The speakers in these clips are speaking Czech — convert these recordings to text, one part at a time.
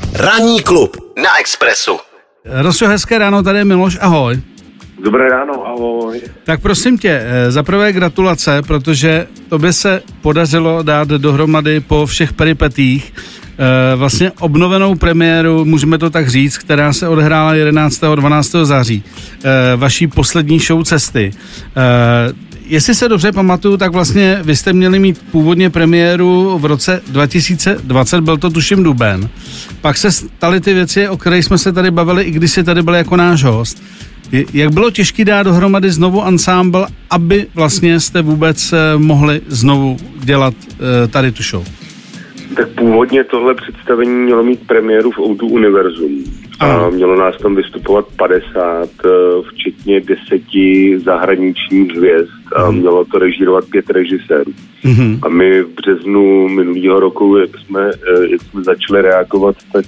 Ranní klub na Expressu. Rostě, hezké ráno, tady je Miloš, ahoj. Dobré ráno, ahoj. Tak prosím tě, za prvé gratulace, protože tobě se podařilo dát dohromady po všech peripetích vlastně obnovenou premiéru, můžeme to tak říct, která se odehrála 11. 12. září. Vaší poslední show Cesty. Jestli se dobře pamatuju, tak vlastně vy jste měli mít původně premiéru v roce 2020, byl to tuším duben. Pak se staly ty věci, o kterých jsme se tady bavili, i když jsi tady byl jako náš host. Jak bylo těžké dát dohromady znovu ansámbl, aby vlastně jste vůbec mohli znovu dělat tady tu show? Tak původně tohle představení mělo mít premiéru v O2 Univerzum. A mělo nás tam vystupovat 50, včetně 10 zahraničních hvězd. A mělo to režírovat 5 režisérů. A my v březnu minulého roku, jak jsme začali reagovat tak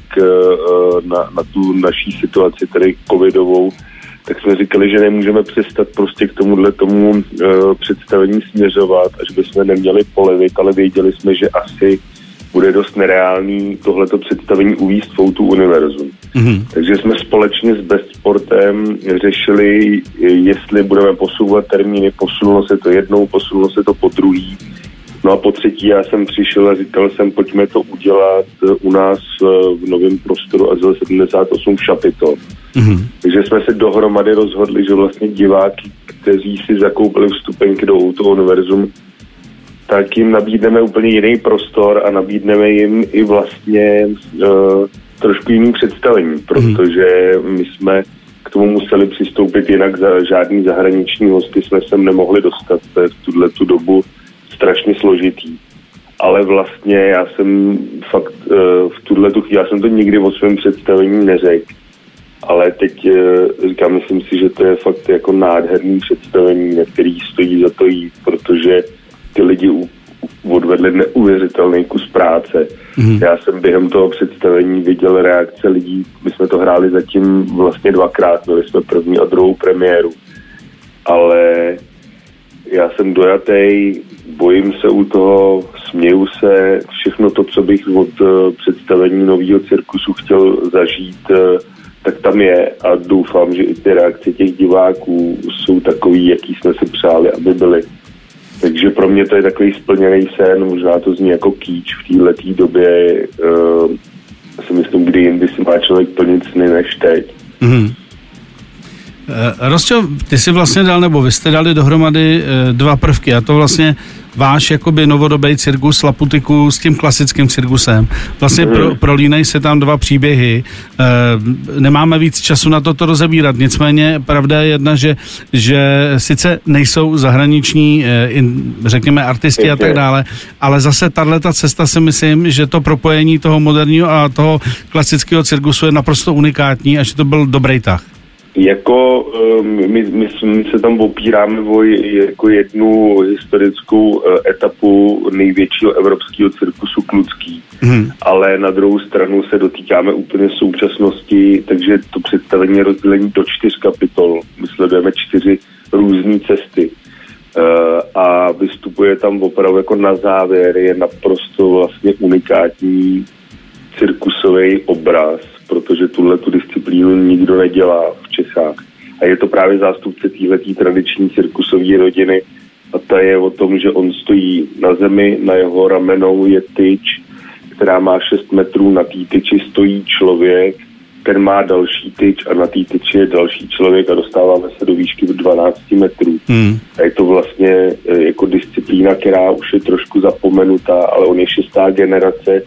na tu naší situaci, tedy covidovou, tak jsme říkali, že nemůžeme přestat prostě k tomu představení směřovat, až bychom neměli polevit, ale věděli jsme, že asi bude dost nereálný tohleto představení uvízt v O2 Univerzum. Takže jsme společně s Bestsportem řešili, jestli budeme posouvat termíny. Posunulo se to jednou, posunulo se to po druhý. No a po třetí já jsem přišel a říkal jsem, pojďme to udělat u nás v novém prostoru Azyl 78 v Šapito. Takže jsme se dohromady rozhodli, že vlastně diváky, kteří si zakoupili vstupenky do O2 Univerzum, tak jim nabídneme úplně jiný prostor a nabídneme jim i vlastně trošku jiný představení, protože my jsme k tomu museli přistoupit, jinak žádný zahraniční hosty jsme sem nemohli dostat, to je v tuhletu dobu strašně složitý. Ale vlastně já jsem fakt v tuhletu chvíli, já jsem to nikdy o svém představení neřekl, ale teď říkám, myslím si, že to je fakt jako nádherný představení, na který stojí za to jít, protože ty lidi odvedli neuvěřitelný kus práce. Já jsem během toho představení viděl reakce lidí, my jsme to hráli zatím vlastně 2krát, měli jsme první a druhou premiéru, ale já jsem dojatej, bojím se u toho, směju se, všechno to, co bych od představení nového cirkusu chtěl zažít, tak tam je a doufám, že i ty reakce těch diváků jsou takový, jaký jsme si přáli, aby byly. Takže pro mě to je takový splněný sen, možná to zní jako kýč v této době, si myslím, kdy jindy si má člověk plnit sny než teď. Rostě, ty jsi vlastně dal, nebo vy jste dali dohromady 2 prvky, a to vlastně váš jakoby novodobý cirkus Laputiku s tím klasickým cirkusem. Vlastně prolínají se tam 2 příběhy. Nemáme víc času na to rozebírat, nicméně pravda je jedna, že sice nejsou zahraniční, řekněme, artisti a tak dále, ale zase tato cesta si myslím, že to propojení toho moderního a toho klasického cirkusu je naprosto unikátní a že to byl dobrý tah. Jako my se tam opíráme o jako jednu historickou etapu největšího evropského cirkusu Kludský, ale na druhou stranu se dotýkáme úplně současnosti, takže to představení je rozdělení do 4 kapitol. My sledujeme 4 různé cesty a vystupuje tam opravdu jako na závěr, je naprosto vlastně unikátní cirkusový obraz, protože tu disciplínu nikdo nedělá v Čechách. A je to právě zástupce téhletý tradiční cirkusové rodiny a ta je o tom, že on stojí na zemi, na jeho ramenou je tyč, která má 6 metrů, na té tyči stojí člověk, ten má další tyč a na té tyči je další člověk a dostáváme se do výšky 12 metrů. A je to vlastně jako disciplína, která už je trošku zapomenutá, ale on je 6. generace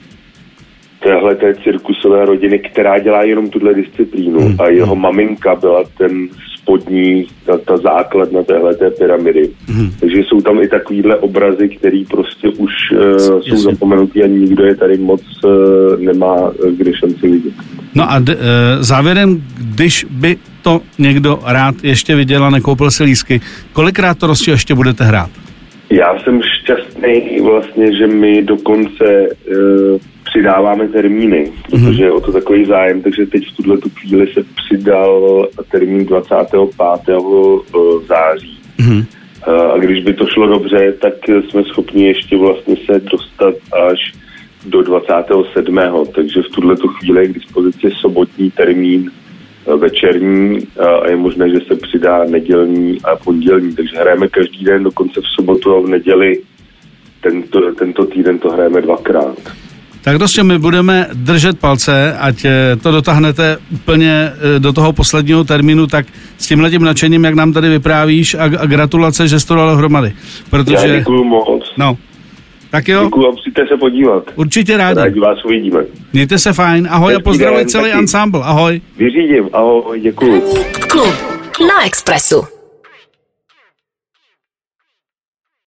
téhleté cirkusové rodiny, která dělá jenom tuhle disciplínu a jeho maminka byla ten spodní, ta základna téhleté pyramidy. Takže jsou tam i takovýhle obrazy, který prostě už jsou zapomenutý a nikdo je tady moc nemá kde šanci vidět. No a závěrem, když by to někdo rád ještě viděl a nekoupil si lístky, kolikrát to Rostě ještě budete hrát? Já jsem šťastný vlastně, že my dokonce přidáváme termíny, protože je o to takový zájem, takže teď v tuto chvíli se přidal termín 25. září. A když by to šlo dobře, tak jsme schopni ještě vlastně se dostat až do 27. Takže v tuhletu chvíli je k dispozici sobotní termín večerní a je možné, že se přidá nedělní a pondělní. Takže hrajeme každý den, dokonce v sobotu a v neděli. Tento týden to hrajeme 2krát. Tak prostě my budeme držet palce, ať to dotáhnete úplně do toho posledního termínu, tak s tímhletím nadšením, jak nám tady vyprávíš a gratulace, že jsi to dal dohromady. Protože... Já děkuju moc. No. Tak jo. Děkuju a přijďte se podívat. Určitě rádi. Rádi vás uvidíme. Mějte se fajn. Ahoj a pozdravuj celý ansámbl. Ahoj. Vyřídím. Ahoj, děkuju. Klub na Expressu.